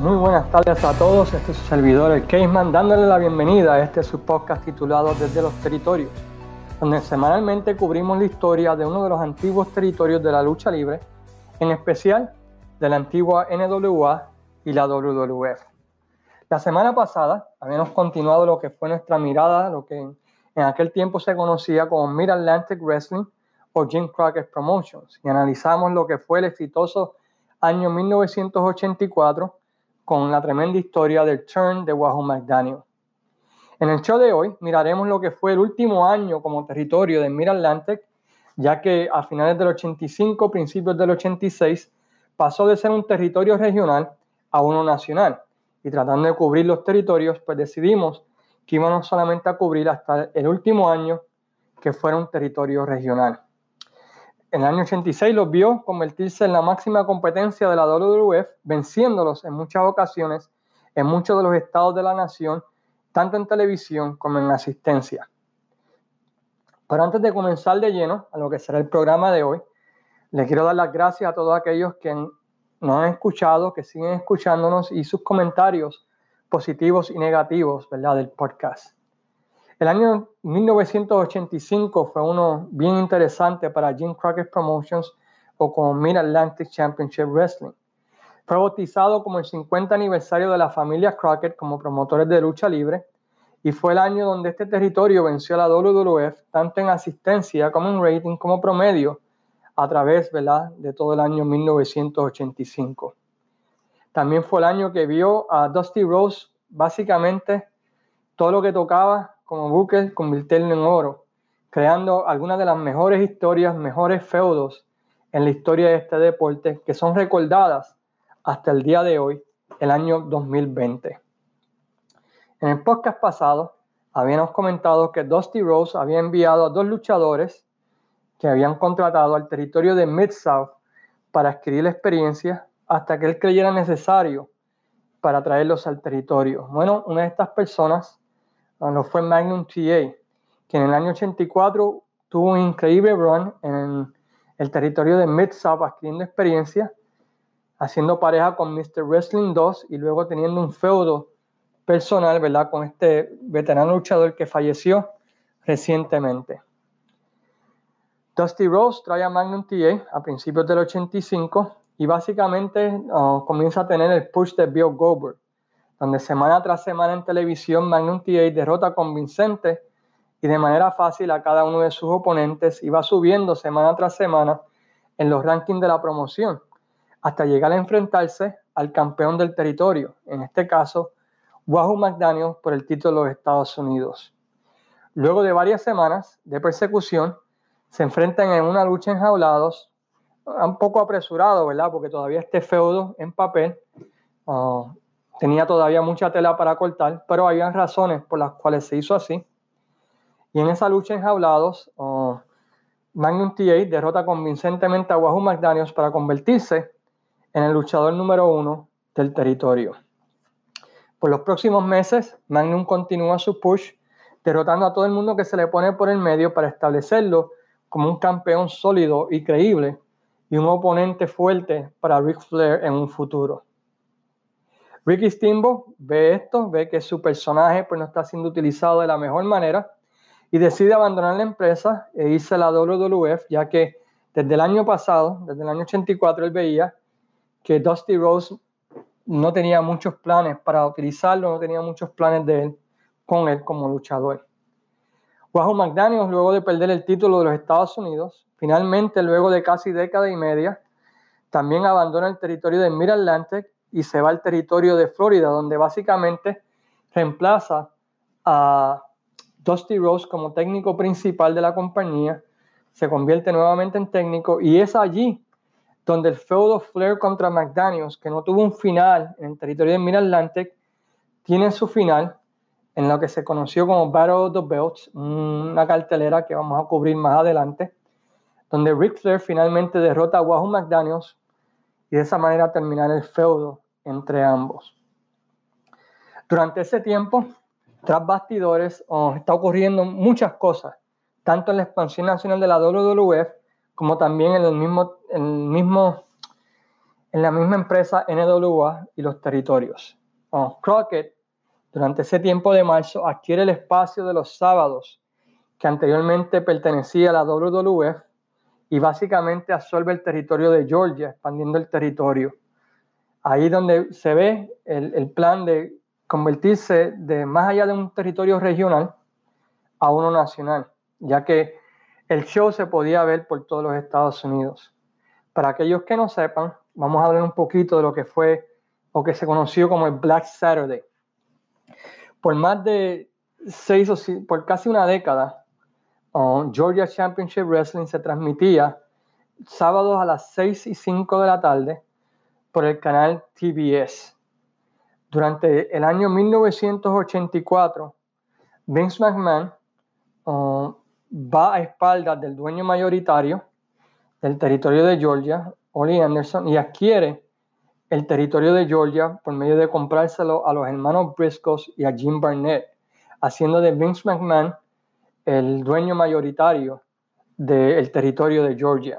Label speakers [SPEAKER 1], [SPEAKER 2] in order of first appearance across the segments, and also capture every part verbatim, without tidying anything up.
[SPEAKER 1] Muy buenas tardes a todos, este es su servidor el Caseman dándole la bienvenida a este su podcast titulado Desde los Territorios, donde semanalmente cubrimos la historia de uno de los antiguos territorios de la lucha libre, en especial de la antigua N W A y la W W F. La semana pasada habíamos continuado lo que fue nuestra mirada, lo que en, en aquel tiempo se conocía como Mid-Atlantic Wrestling o Jim Crockett Promotions, y analizamos lo que fue el exitoso año mil novecientos ochenta y cuatro con la tremenda historia del turn de Wahoo McDaniel. En el show de hoy miraremos lo que fue el último año como territorio de Mid-Atlantic, ya que a finales del ochenta y cinco, principios del ochenta y seis, pasó de ser un territorio regional a uno nacional. Y tratando de cubrir los territorios, pues decidimos que íbamos solamente a cubrir hasta el último año que fuera un territorio regional. En el año ochenta y seis los vio convertirse en la máxima competencia de la W W F, venciéndolos en muchas ocasiones en muchos de los estados de la nación, tanto en televisión como en asistencia. Pero antes de comenzar de lleno a lo que será el programa de hoy, le quiero dar las gracias a todos aquellos que nos han escuchado, que siguen escuchándonos y sus comentarios positivos y negativos, ¿verdad?, del podcast. El año mil novecientos ochenta y cinco fue uno bien interesante para Jim Crockett Promotions o como Mid-Atlantic Championship Wrestling. Fue bautizado como el cincuenta aniversario de la familia Crockett como promotores de lucha libre y fue el año donde este territorio venció a la W W F tanto en asistencia como en rating como promedio a través, ¿verdad?, de todo el año mil novecientos ochenta y cinco. También fue el año que vio a Dusty Rhodes básicamente todo lo que tocaba como Booker convirtiendo en oro, creando algunas de las mejores historias, mejores feudos en la historia de este deporte que son recordadas hasta el día de hoy, el año dos mil veinte. En el podcast pasado habíamos comentado que Dusty Rhodes había enviado a dos luchadores que habían contratado al territorio de Mid-South para adquirir la experiencia hasta que él creyera necesario para traerlos al territorio. Bueno, una de estas personas lo fue Magnum T A, que en el año ochenta y cuatro tuvo un increíble run en el territorio de Mid-South adquiriendo experiencia, haciendo pareja con mister Wrestling dos y luego teniendo un feudo personal, ¿verdad?, con este veterano luchador que falleció recientemente. Dusty Rhodes trae a Magnum T A a principios del ochenta y cinco y básicamente uh, comienza a tener el push de Bill Goldberg, donde semana tras semana en televisión Magnum T A derrota convincente y de manera fácil a cada uno de sus oponentes y va subiendo semana tras semana en los rankings de la promoción, hasta llegar a enfrentarse al campeón del territorio, en este caso Wahoo McDaniel por el título de los Estados Unidos. Luego de varias semanas de persecución, se enfrentan en una lucha enjaulados, un poco apresurado, ¿verdad?, porque todavía este feudo en papel uh, tenía todavía mucha tela para cortar, pero había razones por las cuales se hizo así. Y en esa lucha enjaulados, uh, Magnum T A derrota convincentemente a Wahoo McDaniel para convertirse en el luchador número uno del territorio. Por los próximos meses, Magnum continúa su push, derrotando a todo el mundo que se le pone por el medio para establecerlo como un campeón sólido y creíble y un oponente fuerte para Ric Flair en un futuro. Ricky Steamboat ve esto, ve que su personaje pues, no está siendo utilizado de la mejor manera y decide abandonar la empresa e irse a la W W F, ya que desde el año pasado, desde el año ochenta y cuatro, él veía que Dusty Rhodes no tenía muchos planes para utilizarlo, no tenía muchos planes de él con él como luchador. Wahoo McDaniel, luego de perder el título de los Estados Unidos, finalmente, luego de casi década y media, también abandona el territorio de Mid-Atlantic y se va al territorio de Florida, donde básicamente reemplaza a Dusty Rhodes como técnico principal de la compañía, se convierte nuevamente en técnico y es allí donde el feudo Flair contra McDaniels, que no tuvo un final en el territorio de Mid-Atlantic, tiene su final en lo que se conoció como Battle of the Belts, una cartelera que vamos a cubrir más adelante, donde Ric Flair finalmente derrota a Wahoo McDaniels y de esa manera terminar el feudo entre ambos. Durante ese tiempo, tras bastidores, oh, está ocurriendo muchas cosas, tanto en la expansión nacional de la W W F como también en el mismo, en el mismo, en la misma empresa N W A y los territorios. Oh, Crockett, durante ese tiempo de marzo, adquiere el espacio de los sábados que anteriormente pertenecía a la W W F y básicamente absorbe el territorio de Georgia, expandiendo el territorio. Ahí donde se ve el, el plan de convertirse de más allá de un territorio regional a uno nacional, ya que el show se podía ver por todos los Estados Unidos. Para aquellos que no sepan, vamos a hablar un poquito de lo que fue o que se conoció como el Black Saturday. Por más de seis o siete, por casi una década, uh, Georgia Championship Wrestling se transmitía sábados a las seis y cinco de la tarde por el canal T B S. Durante el año mil novecientos ochenta y cuatro, Vince McMahon uh, va a espaldas del dueño mayoritario del territorio de Georgia, Ole Anderson, y adquiere el territorio de Georgia por medio de comprárselo a los hermanos Briscoes y a Jim Barnett, haciendo de Vince McMahon el dueño mayoritario del territorio de Georgia.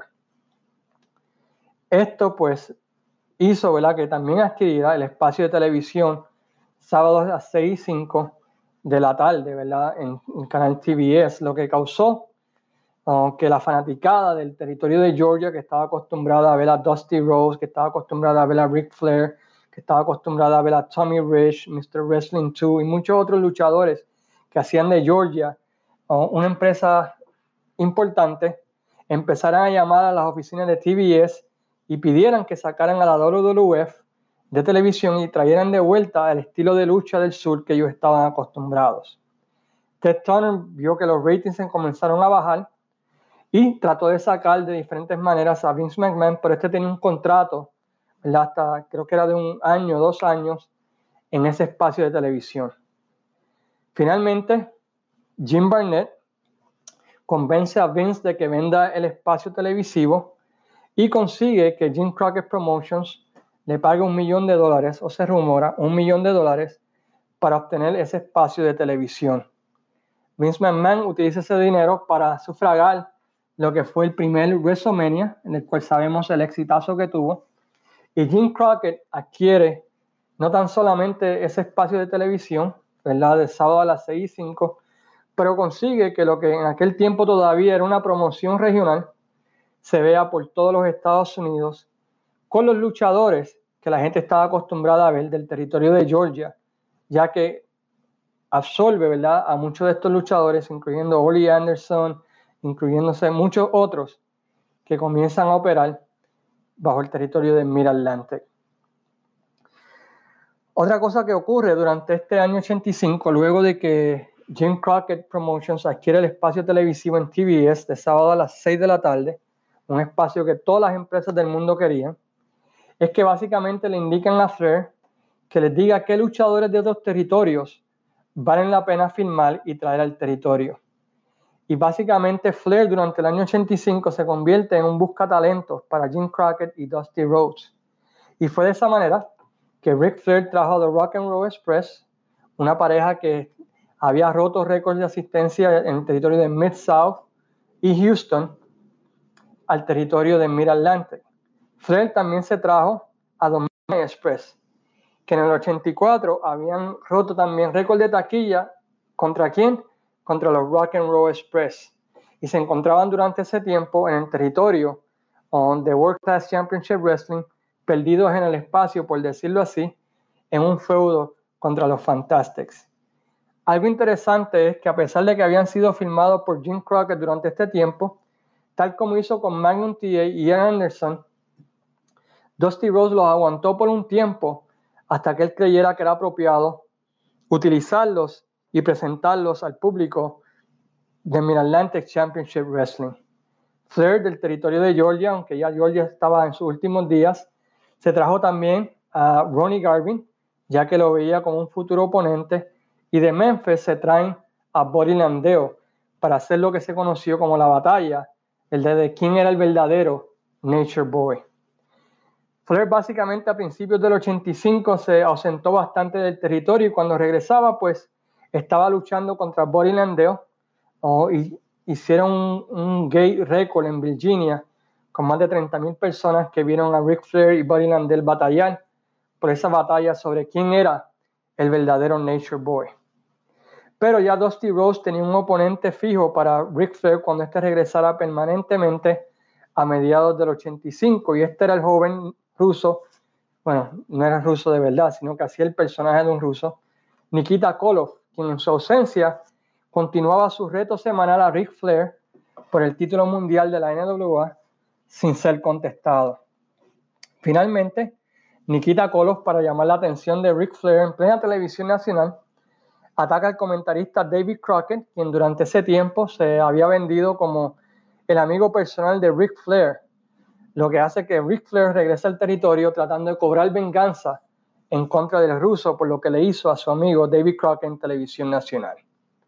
[SPEAKER 1] Esto pues hizo, ¿verdad?, que también adquiriera el espacio de televisión sábados a las seis y cinco de la tarde, ¿verdad?, en el canal T B S, lo que causó uh, que la fanaticada del territorio de Georgia, que estaba acostumbrada a ver a Dusty Rhodes, que estaba acostumbrada a ver a Ric Flair, que estaba acostumbrada a ver a Tommy Rich, mister Wrestling dos y muchos otros luchadores que hacían de Georgia uh, una empresa importante, empezaran a llamar a las oficinas de T B S y pidieran que sacaran a la W W F de televisión y trajeran de vuelta el estilo de lucha del sur que ellos estaban acostumbrados. Ted Turner vio que los ratings comenzaron a bajar y trató de sacar de diferentes maneras a Vince McMahon, pero este tenía un contrato, ¿verdad?, hasta creo que era de un año, dos años, en ese espacio de televisión. Finalmente, Jim Barnett convence a Vince de que venda el espacio televisivo y consigue que Jim Crockett Promotions le pague un millón de dólares, o se rumora, un millón de dólares para obtener ese espacio de televisión. Vince McMahon utiliza ese dinero para sufragar lo que fue el primer WrestleMania, en el cual sabemos el exitazo que tuvo, y Jim Crockett adquiere no tan solamente ese espacio de televisión, ¿verdad?, de sábado a las seis y cinco, pero consigue que lo que en aquel tiempo todavía era una promoción regional se vea por todos los Estados Unidos con los luchadores que la gente estaba acostumbrada a ver del territorio de Georgia, ya que absorbe, ¿verdad?, a muchos de estos luchadores, incluyendo Ole Anderson, incluyéndose muchos otros que comienzan a operar bajo el territorio de Mid-Atlantic. Otra cosa que ocurre durante este año ochenta y cinco, luego de que Jim Crockett Promotions adquiere el espacio televisivo en T B S de sábado a las seis de la tarde, un espacio que todas las empresas del mundo querían, es que básicamente le indican a Flair que les diga qué luchadores de otros territorios valen la pena filmar y traer al territorio. Y básicamente Flair durante el año ochenta y cinco se convierte en un buscatalentos para Jim Crockett y Dusty Rhodes. Y fue de esa manera que Ric Flair trajo a The Rock and Roll Express, una pareja que había roto récords de asistencia en el territorio de Mid-South y Houston, al territorio de Mid-Atlantic. Flair también se trajo a The Money Express, que en el ochenta y cuatro habían roto también récord de taquilla. ¿Contra quién? Contra los Rock and Roll Express. Y se encontraban durante ese tiempo en el territorio um, de World Class Championship Wrestling, perdidos en el espacio, por decirlo así, en un feudo contra los Fantastics. Algo interesante es que a pesar de que habían sido filmados por Jim Crockett durante este tiempo, tal como hizo con Magnum T A y Ian Anderson, Dusty Rhodes los aguantó por un tiempo hasta que él creyera que era apropiado utilizarlos y presentarlos al público de Mid-Atlantic Championship Wrestling. Flair, del territorio de Georgia, aunque ya Georgia estaba en sus últimos días, se trajo también a Ronnie Garvin, ya que lo veía como un futuro oponente, y de Memphis se traen a Buddy Landeo para hacer lo que se conoció como la batalla, el de quién era el verdadero Nature Boy. Flair básicamente a principios del ochenta y cinco se ausentó bastante del territorio y cuando regresaba pues estaba luchando contra Buddy Landeo, oh, y hicieron un, un gay récord en Virginia con más de treinta mil personas que vieron a Ric Flair y Buddy Landel batallar por esa batalla sobre quién era el verdadero Nature Boy. Pero ya Dusty Rhodes tenía un oponente fijo para Ric Flair cuando éste regresara permanentemente a mediados del ochenta y cinco, y este era el joven ruso, bueno, no era ruso de verdad, sino que hacía el personaje de un ruso, Nikita Koloff, quien en su ausencia continuaba su reto semanal a Ric Flair por el título mundial de la N W A sin ser contestado. Finalmente, Nikita Koloff, para llamar la atención de Ric Flair en plena televisión nacional, ataca al comentarista David Crockett, quien durante ese tiempo se había vendido como el amigo personal de Ric Flair, lo que hace que Ric Flair regrese al territorio tratando de cobrar venganza en contra del ruso por lo que le hizo a su amigo David Crockett en televisión nacional.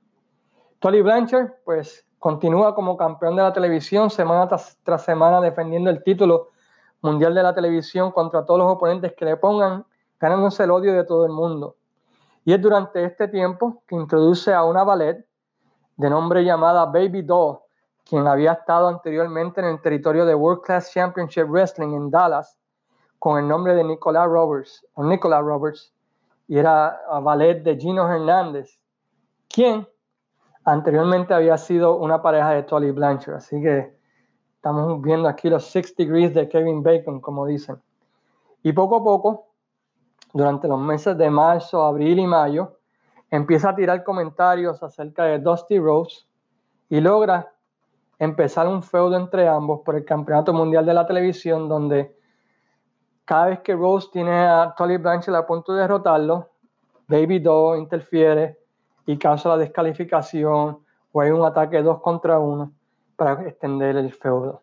[SPEAKER 1] Tully Blanchard pues continúa como campeón de la televisión semana tras, tras semana defendiendo el título mundial de la televisión contra todos los oponentes que le pongan, ganándose el odio de todo el mundo. Y es durante este tiempo que introduce a una ballet de nombre llamada Baby Doll, quien había estado anteriormente en el territorio de World Class Championship Wrestling en Dallas con el nombre de Nicola Roberts, o Nicola Roberts, y era ballet de Gino Hernández, quien anteriormente había sido una pareja de Tully Blanchard. Así que estamos viendo aquí los six degrees de Kevin Bacon, como dicen. Y poco a poco, durante los meses de marzo, abril y mayo, empieza a tirar comentarios acerca de Dusty Rhodes y logra empezar un feudo entre ambos por el Campeonato Mundial de la Televisión, donde cada vez que Rhodes tiene a Tully Blanchard a punto de derrotarlo, Baby Doll interfiere y causa la descalificación o hay un ataque dos contra uno para extender el feudo.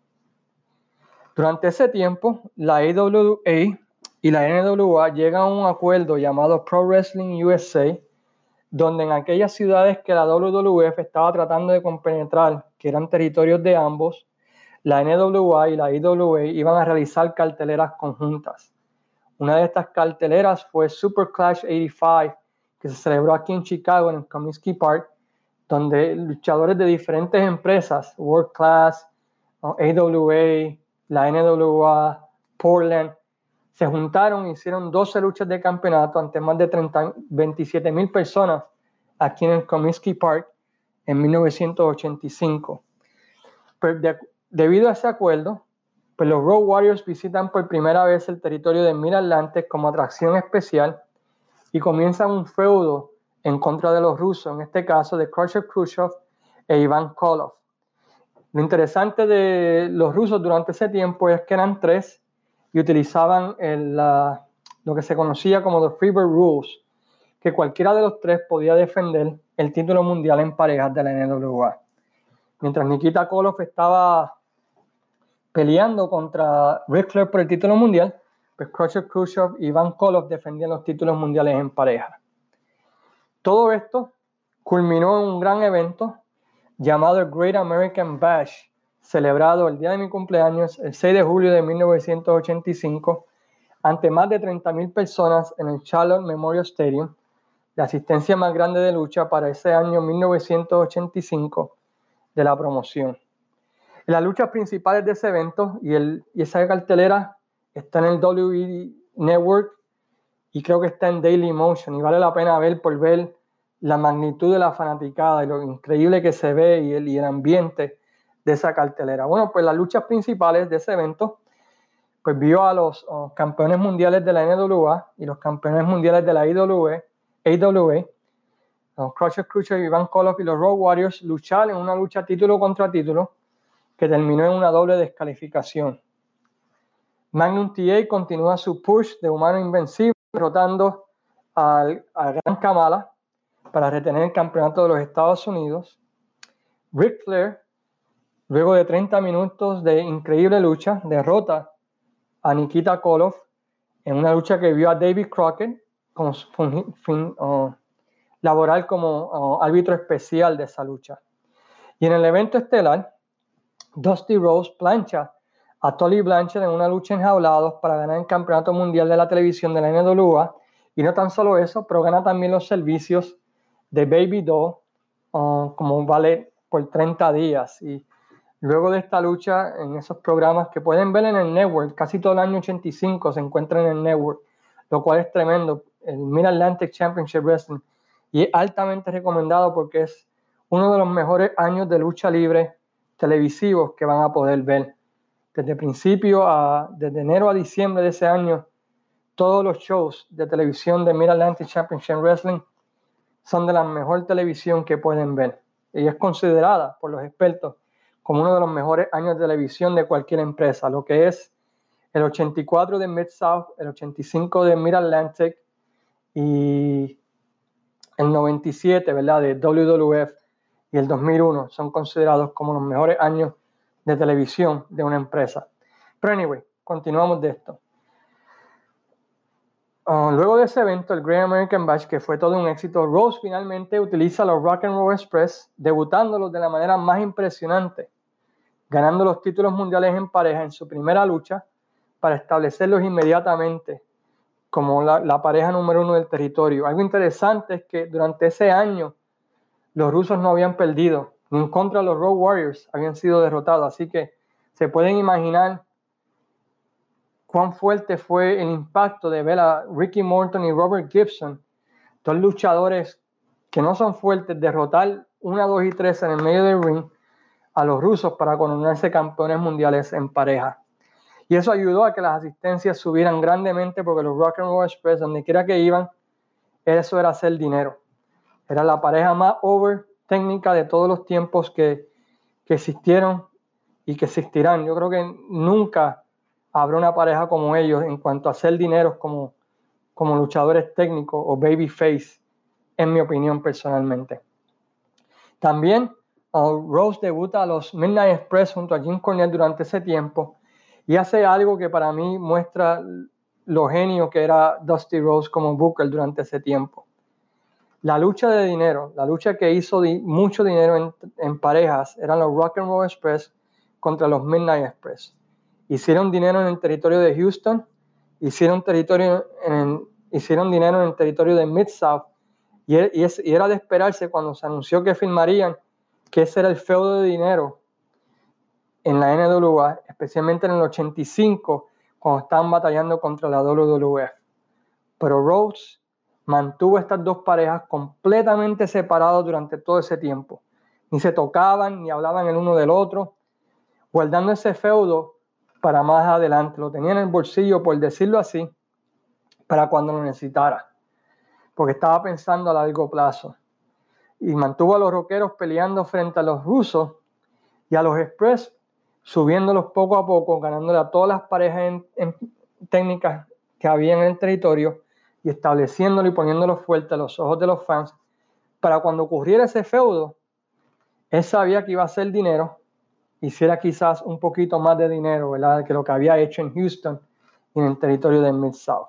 [SPEAKER 1] Durante ese tiempo, la A W A y la N W A llegan a un acuerdo llamado Pro Wrestling U S A, donde en aquellas ciudades que la W W F estaba tratando de compenetrar, que eran territorios de ambos, la N W A y la I W A iban a realizar carteleras conjuntas. Una de estas carteleras fue Super Clash ochenta y cinco, que se celebró aquí en Chicago, en el Comiskey Park, donde luchadores de diferentes empresas, World Class, A W A, la N W A, Portland, se juntaron e hicieron doce luchas de campeonato ante más de veintisiete mil personas aquí en el Comiskey Park en mil novecientos ochenta y cinco. Pero de, debido a ese acuerdo, pues los Road Warriors visitan por primera vez el territorio de Mid-Atlantic como atracción especial y comienzan un feudo en contra de los rusos, en este caso de Khrushchev Khrushchev e Ivan Koloff. Lo interesante de los rusos durante ese tiempo es que eran tres y utilizaban el, la, lo que se conocía como los Freebird Rules, que cualquiera de los tres podía defender el título mundial en parejas de la N W A. Mientras Nikita Koloff estaba peleando contra Ric Flair por el título mundial, pues Khrushchev Khrushchev y Ivan Koloff defendían los títulos mundiales en pareja. Todo esto culminó en un gran evento llamado el Great American Bash, celebrado el día de mi cumpleaños, el seis de julio de mil novecientos ochenta y cinco, ante más de treinta mil personas en el Charlotte Memorial Stadium, la asistencia más grande de lucha para ese año mil novecientos ochenta y cinco de la promoción. Las luchas principales de ese evento y, el, y esa cartelera está en el W W E Network y creo que está en Daily Motion, y vale la pena ver por ver la magnitud de la fanaticada y lo increíble que se ve y el, y el ambiente de esa cartelera. Bueno, pues las luchas principales de ese evento pues vio a los uh, campeones mundiales de la N W A y los campeones mundiales de la I W A, A W A, uh, Khrushchev Khrushchev, Ivan Koloff y los Road Warriors luchar en una lucha título contra título que terminó en una doble descalificación. Magnum T A continúa su push de humano invencible, derrotando al, al Gran Kamala para retener el campeonato de los Estados Unidos. Ric Flair, luego de treinta minutos de increíble lucha, derrota a Nikita Koloff en una lucha que vio a David Crockett como fin, fin, uh, laboral como uh, árbitro especial de esa lucha. Y en el evento estelar, Dusty Rhodes plancha a Tully Blanchard en una lucha enjaulados para ganar el campeonato mundial de la televisión de la N W A, y no tan solo eso, pero gana también los servicios de Baby Doll uh, como vale por treinta días, y luego de esta lucha en esos programas que pueden ver en el network, casi todo el año ochenta y cinco se encuentra en el network, lo cual es tremendo, el Mid-Atlantic Championship Wrestling, y es altamente recomendado porque es uno de los mejores años de lucha libre televisivos que van a poder ver. Desde principio a, desde enero a diciembre de ese año, todos los shows de televisión de Mid-Atlantic Championship Wrestling son de la mejor televisión que pueden ver. Y es considerada por los expertos como uno de los mejores años de televisión de cualquier empresa, lo que es el ochenta y cuatro de Mid-South, el ochenta y cinco de Mid-Atlantic y el noventa y siete, ¿verdad?, de W W F y el dos mil uno son considerados como los mejores años de televisión de una empresa. Pero anyway, continuamos de esto. Uh, luego de ese evento, el Great American Bash, que fue todo un éxito, Rose finalmente utiliza los Rock and Roll Express, debutándolos de la manera más impresionante, ganando los títulos mundiales en pareja en su primera lucha para establecerlos inmediatamente como la, la pareja número uno del territorio. Algo interesante es que durante ese año los rusos no habían perdido, ni en contra de los Road Warriors habían sido derrotados, así que se pueden imaginar cuán fuerte fue el impacto de ver a Ricky Morton y Robert Gibson, dos luchadores que no son fuertes, derrotar una, dos y tres en el medio del ring a los rusos para coronarse campeones mundiales en pareja. Y eso ayudó a que las asistencias subieran grandemente porque los Rock and Roll Express, donde quiera que iban, eso era hacer dinero. Era la pareja más over técnica de todos los tiempos que, que existieron y que existirán. Yo creo que nunca habrá una pareja como ellos en cuanto a hacer dinero como, como luchadores técnicos o babyface, en mi opinión personalmente. También uh, Rose debuta a los Midnight Express junto a Jim Cornette durante ese tiempo y hace algo que para mí muestra lo genio que era Dusty Rhodes como Booker durante ese tiempo. La lucha de dinero, la lucha que hizo di mucho dinero en, en parejas, eran los Rock and Roll Express contra los Midnight Express. Hicieron dinero en el territorio de Houston, hicieron, territorio en, hicieron dinero en el territorio de Mid-South, y, y, es, y era de esperarse cuando se anunció que firmarían que ese era el feudo de dinero en la N W A, especialmente en el ochenta y cinco, cuando estaban batallando contra la W W F. Pero Rhodes mantuvo estas dos parejas completamente separadas durante todo ese tiempo. Ni se tocaban, ni hablaban el uno del otro, guardando ese feudo para más adelante. Lo tenía en el bolsillo, por decirlo así, para cuando lo necesitara, porque estaba pensando a largo plazo. Y mantuvo a los rockeros peleando frente a los rusos y a los Express, subiéndolos poco a poco, ganándole a todas las parejas en, en técnicas que había en el territorio y estableciéndolo y poniéndolo fuerte a los ojos de los fans, para cuando ocurriera ese feudo, él sabía que iba a hacer dinero, hiciera quizás un poquito más de dinero, ¿verdad?, que lo que había hecho en Houston y en el territorio del Mid-South.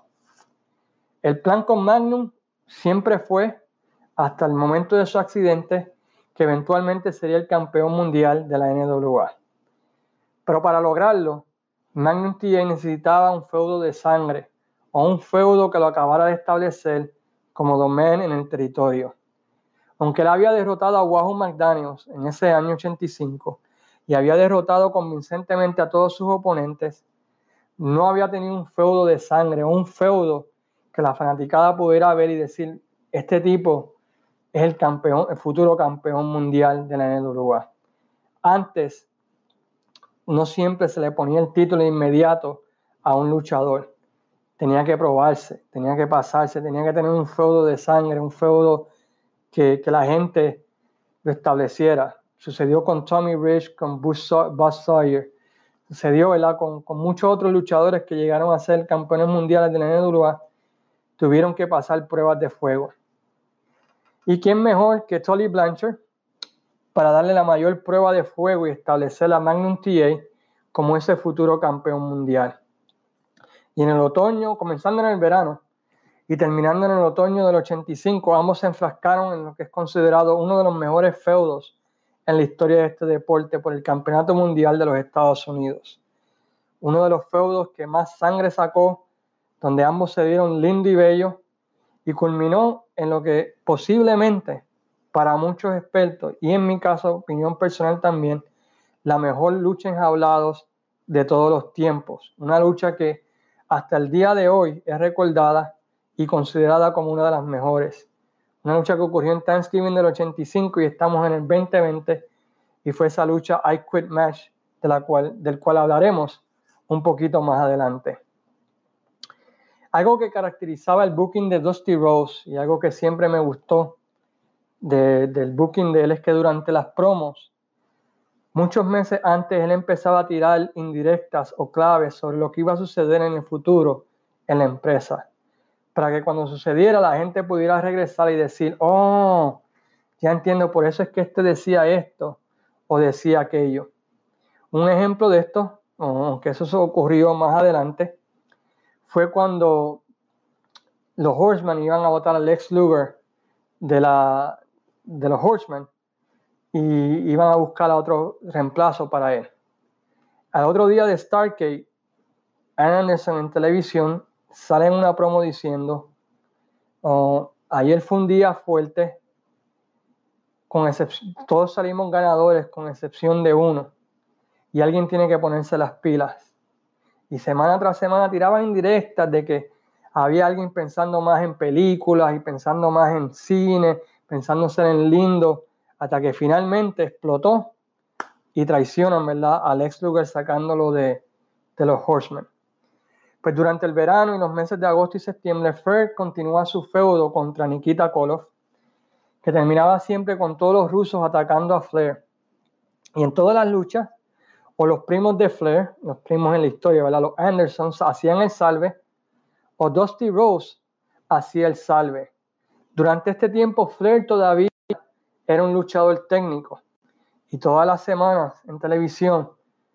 [SPEAKER 1] El plan con Magnum siempre fue, hasta el momento de su accidente, que eventualmente sería el campeón mundial de la N W A. Pero para lograrlo, Magnum T A necesitaba un feudo de sangre o un feudo que lo acabara de establecer como domain en el territorio. Aunque él había derrotado a Wahoo McDaniels en ese año ochenta y cinco y había derrotado convincentemente a todos sus oponentes, no había tenido un feudo de sangre, un feudo que la fanaticada pudiera ver y decir, este tipo es el campeón, el futuro campeón mundial de la N W A. Antes, no siempre se le ponía el título de inmediato a un luchador. Tenía que probarse, tenía que pasarse, tenía que tener un feudo de sangre, un feudo que, que la gente lo estableciera. Sucedió con Tommy Rich, con Buzz Sawyer. Sucedió, ¿verdad?, con, con muchos otros luchadores que llegaron a ser campeones mundiales de la N W A. Tuvieron que pasar pruebas de fuego. ¿Y quién mejor que Tully Blanchard para darle la mayor prueba de fuego y establecer a Magnum T A como ese futuro campeón mundial? Y en el otoño, comenzando en el verano y terminando en el otoño del ochenta y cinco, ambos se enfrascaron en lo que es considerado uno de los mejores feudos en la historia de este deporte por el Campeonato Mundial de los Estados Unidos. Uno de los feudos que más sangre sacó, donde ambos se dieron lindo y bello, y culminó en lo que posiblemente, para muchos expertos, y en mi caso, opinión personal también, la mejor lucha enjaulados de todos los tiempos. Una lucha que hasta el día de hoy es recordada y considerada como una de las mejores. Una lucha que ocurrió en Thanksgiving del ochenta y cinco y estamos en el veinte veinte y fue esa lucha I Quit Match de la cual, del cual hablaremos un poquito más adelante. Algo que caracterizaba el booking de Dusty Rhodes y algo que siempre me gustó de, del booking de él es que durante las promos, muchos meses antes, él empezaba a tirar indirectas o claves sobre lo que iba a suceder en el futuro en la empresa, para que cuando sucediera la gente pudiera regresar y decir, oh, ya entiendo, por eso es que este decía esto o decía aquello. Un ejemplo de esto, aunque eso ocurrió más adelante, fue cuando los Horsemen iban a votar a Lex Luger de, la, de los Horsemen y iban a buscar a otro reemplazo para él. Al otro día de Starrcade, Arn Anderson en televisión sale en una promo diciendo, oh, ayer fue un día fuerte, con todos salimos ganadores con excepción de uno y alguien tiene que ponerse las pilas. Y semana tras semana tiraban indirectas de que había alguien pensando más en películas y pensando más en cine, pensando ser en lindo, hasta que finalmente explotó y traicionan, ¿verdad?, a Lex Luger sacándolo de, de los Horsemen. Pues durante el verano y los meses de agosto y septiembre, Flair continúa su feudo contra Nikita Koloff, que terminaba siempre con todos los rusos atacando a Flair. Y en todas las luchas, o los primos de Flair, los primos en la historia, ¿verdad?, los Andersons, hacían el salve, o Dusty Rhodes hacía el salve. Durante este tiempo, Flair todavía era un luchador técnico. Y todas las semanas en televisión,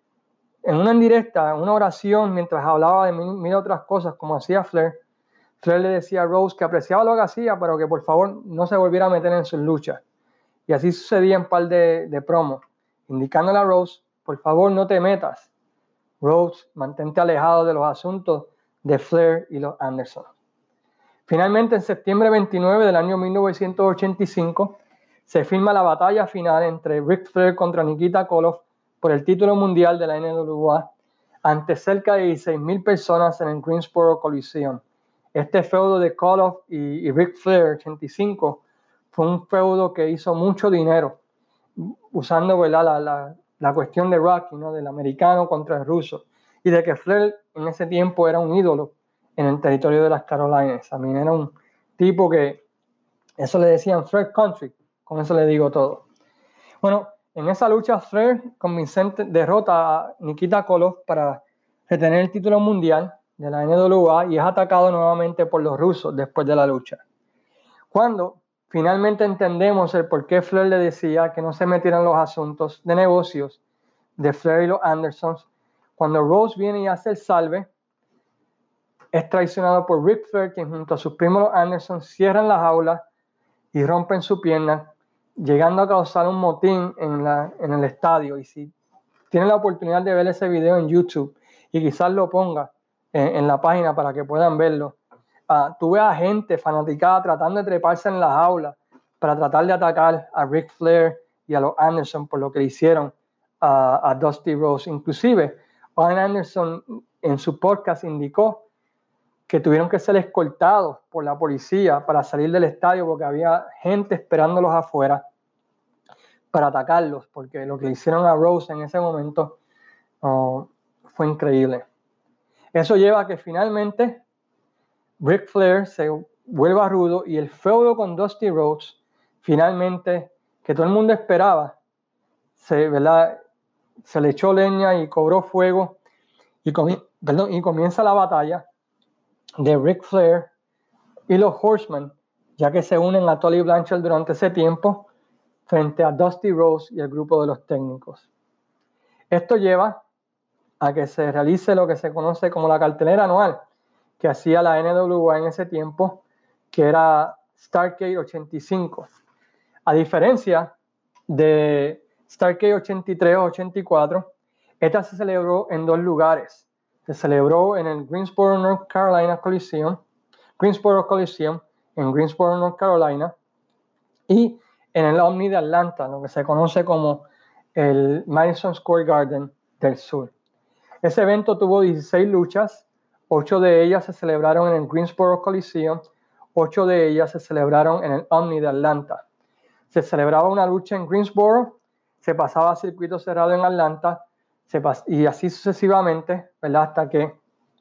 [SPEAKER 1] en una indirecta, en una oración, mientras hablaba de mil, mil otras cosas, como hacía Flair, Flair le decía a Rhodes que apreciaba lo que hacía, pero que por favor no se volviera a meter en sus luchas. Y así sucedía en un par de, de promos, indicándole a Rhodes, por favor no te metas. Rhodes, mantente alejado de los asuntos de Flair y los Anderson. Finalmente, en septiembre veintinueve del año mil novecientos ochenta y cinco, se firma la batalla final entre Ric Flair contra Nikita Koloff por el título mundial de la N W A ante cerca de dieciséis mil personas en el Greensboro Coliseum. Este feudo de Koloff y, y Ric Flair ochenta y cinco fue un feudo que hizo mucho dinero usando, ¿verdad?, la, la, la cuestión de Rocky, ¿no?, del americano contra el ruso, y de que Flair en ese tiempo era un ídolo en el territorio de las Carolinas. También era un tipo que, eso le decían Flair Country, con eso le digo todo. Bueno, en esa lucha Flair convincente derrota a Nikita Koloff para retener el título mundial de la N W A y es atacado nuevamente por los rusos después de la lucha. Cuando finalmente entendemos el por qué Flair le decía que no se metieran los asuntos de negocios de Flair y los Andersons, cuando Rhodes viene y hace el salve, es traicionado por Ric Flair, quien junto a sus primos los Andersons cierran la jaula y rompen su pierna, llegando a causar un motín en, la, en el estadio. Y si tienen la oportunidad de ver ese video en YouTube y quizás lo ponga en, en la página para que puedan verlo, uh, tuve a gente fanaticada tratando de treparse en la jaula para tratar de atacar a Ric Flair y a los Anderson por lo que le hicieron uh, a Dusty Rhodes. Inclusive, Arn Anderson en su podcast indicó que tuvieron que ser escoltados por la policía para salir del estadio porque había gente esperándolos afuera para atacarlos, porque lo que hicieron a Rhodes en ese momento uh, fue increíble. Eso lleva a que finalmente Ric Flair se vuelva rudo y el feudo con Dusty Rhodes, finalmente, que todo el mundo esperaba, se, ¿verdad?, se le echó leña y cobró fuego y, comi- perdón, y comienza la batalla de Ric Flair y los Horsemen, ya que se unen a Tully Blanchard durante ese tiempo frente a Dusty Rhodes y el grupo de los técnicos. Esto lleva a que se realice lo que se conoce como la cartelera anual que hacía la N W A en ese tiempo, que era Starrcade ochenta y cinco. A diferencia de Starrcade ochenta y tres o ochenta y cuatro, esta se celebró en dos lugares. Se celebró en el Greensboro, North Carolina Coliseum, Greensboro Coliseum, en Greensboro, North Carolina, y en el Omni de Atlanta, lo que se conoce como el Madison Square Garden del Sur. Ese evento tuvo dieciséis luchas, ocho de ellas se celebraron en el Greensboro Coliseum, ocho de ellas se celebraron en el Omni de Atlanta. Se celebraba una lucha en Greensboro, se pasaba a circuito cerrado en Atlanta, se y así sucesivamente, ¿verdad? Hasta que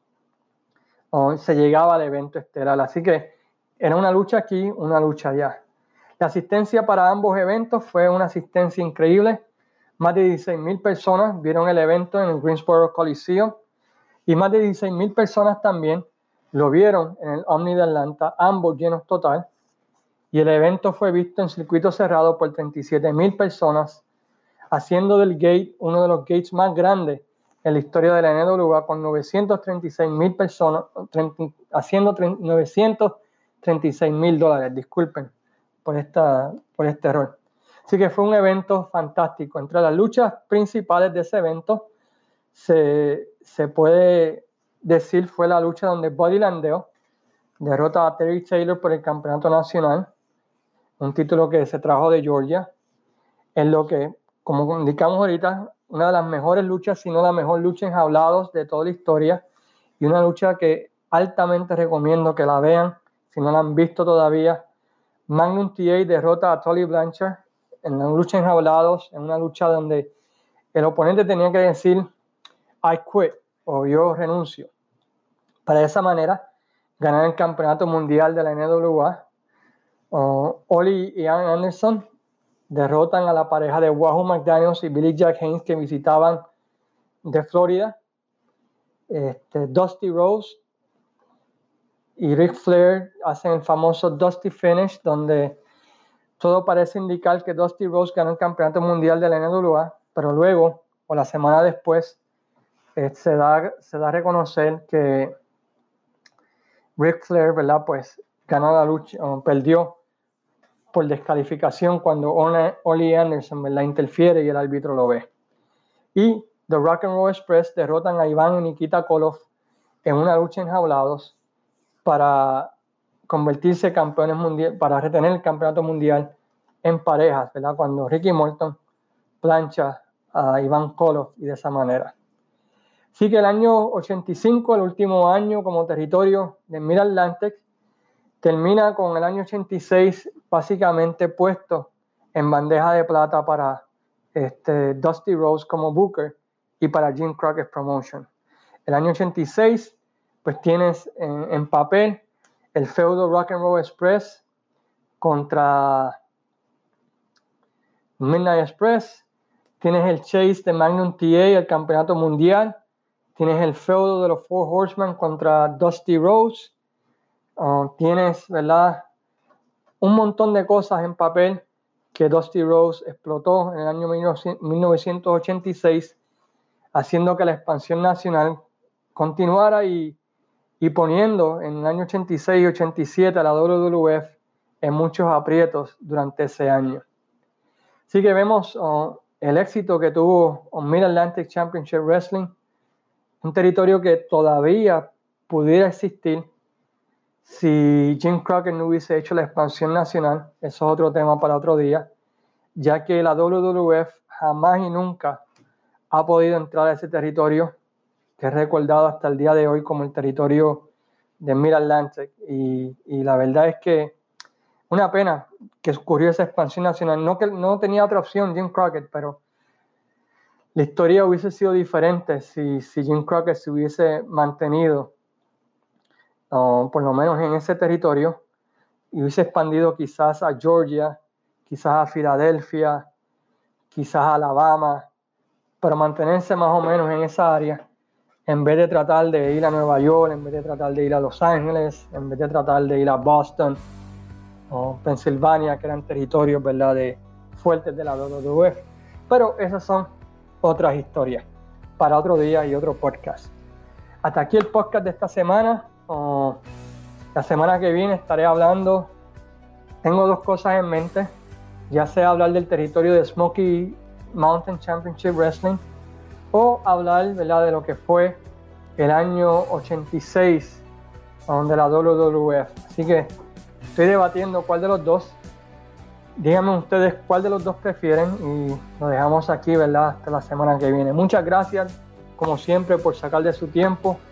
[SPEAKER 1] oh, se llegaba al evento estelar. Así que era una lucha aquí, una lucha allá. La asistencia para ambos eventos fue una asistencia increíble. Más de dieciséis mil personas vieron el evento en el Greensboro Coliseum y más de dieciséis mil personas también lo vieron en el Omni de Atlanta, ambos llenos total. Y el evento fue visto en circuito cerrado por treinta y siete mil personas, haciendo del gate uno de los gates más grandes en la historia de la N W A, con novecientos treinta y seis mil personas, treinta, haciendo novecientos treinta y seis mil dólares, disculpen por, esta, por este error. Así que fue un evento fantástico. Entre las luchas principales de ese evento, se, se puede decir fue la lucha donde Buddy Landel derrota a Terry Taylor por el campeonato nacional, un título que se trajo de Georgia, en lo que, como indicamos ahorita, una de las mejores luchas, si no la mejor lucha enjaulados de toda la historia, y una lucha que altamente recomiendo que la vean, si no la han visto todavía. Magnum T A derrota a Tully Blanchard en una lucha enjaulados, en una lucha donde el oponente tenía que decir I quit o yo renuncio, para de esa manera ganar el campeonato mundial de la N W A. Uh, Oli y Ian Anderson derrotan a la pareja de Wahoo McDaniels y Billy Jack Haynes, que visitaban de Florida. Este, Dusty Rhodes y Ric Flair hacen el famoso Dusty Finish, donde todo parece indicar que Dusty Rhodes ganó el campeonato mundial de la N W A, pero luego, o la semana después, eh, se, da, se da a reconocer que Ric Flair, ¿verdad? Pues ganó la lucha, o perdió por descalificación cuando Ole Anderson, ¿verdad?, interfiere y el árbitro lo ve. Y The Rock and Roll Express derrotan a Iván y Nikita Koloff en una lucha enjaulados para convertirse campeones mundiales, para retener el campeonato mundial en parejas, ¿verdad?, cuando Ricky Morton plancha a Iván Koloff, y de esa manera. Así que el año ochenta y cinco, el último año como territorio de Mid-Atlantic, termina con el año ochenta y seis básicamente puesto en bandeja de plata para este, Dusty Rhodes como Booker y para Jim Crockett Promotion. El año ochenta y seis, pues tienes en, en papel el feudo Rock and Roll Express contra Midnight Express, tienes el chase de Magnum T A, el campeonato mundial, tienes el feudo de los Four Horsemen contra Dusty Rhodes, uh, tienes, ¿verdad?, un montón de cosas en papel que Dusty Rhodes explotó en el año mil novecientos ochenta y seis, haciendo que la expansión nacional continuara y, y poniendo en el año ochenta y seis y ochenta y siete a la W W F en muchos aprietos durante ese año. Así que vemos uh, el éxito que tuvo uh, Mid-Atlantic Championship Wrestling, un territorio que todavía pudiera existir si Jim Crockett no hubiese hecho la expansión nacional. Eso es otro tema para otro día, ya que la W W F jamás y nunca ha podido entrar a ese territorio, que es recordado hasta el día de hoy como el territorio de Mid-Atlantic. Y, y la verdad es que una pena que ocurrió esa expansión nacional. No, que, no tenía otra opción Jim Crockett, pero la historia hubiese sido diferente si, si Jim Crockett se hubiese mantenido Uh, por lo menos en ese territorio, y hubiese expandido quizás a Georgia, quizás a Filadelfia, quizás a Alabama, pero mantenerse más o menos en esa área, en vez de tratar de ir a Nueva York, en vez de tratar de ir a Los Ángeles, en vez de tratar de ir a Boston o Pensilvania, que eran territorios, ¿verdad?, de, fuertes de la W W F. Pero esas son otras historias para otro día y otro podcast. Hasta aquí el podcast de esta semana. Uh, la semana que viene estaré hablando, tengo dos cosas en mente, ya sea hablar del territorio de Smoky Mountain Championship Wrestling o hablar, ¿verdad?, de lo que fue el año ochenta y seis um, de la W W F. Así que estoy debatiendo cuál de los dos, Díganme ustedes cuál de los dos prefieren y lo dejamos aquí, ¿verdad? Hasta la semana que viene. Muchas gracias, como siempre, por sacar de su tiempo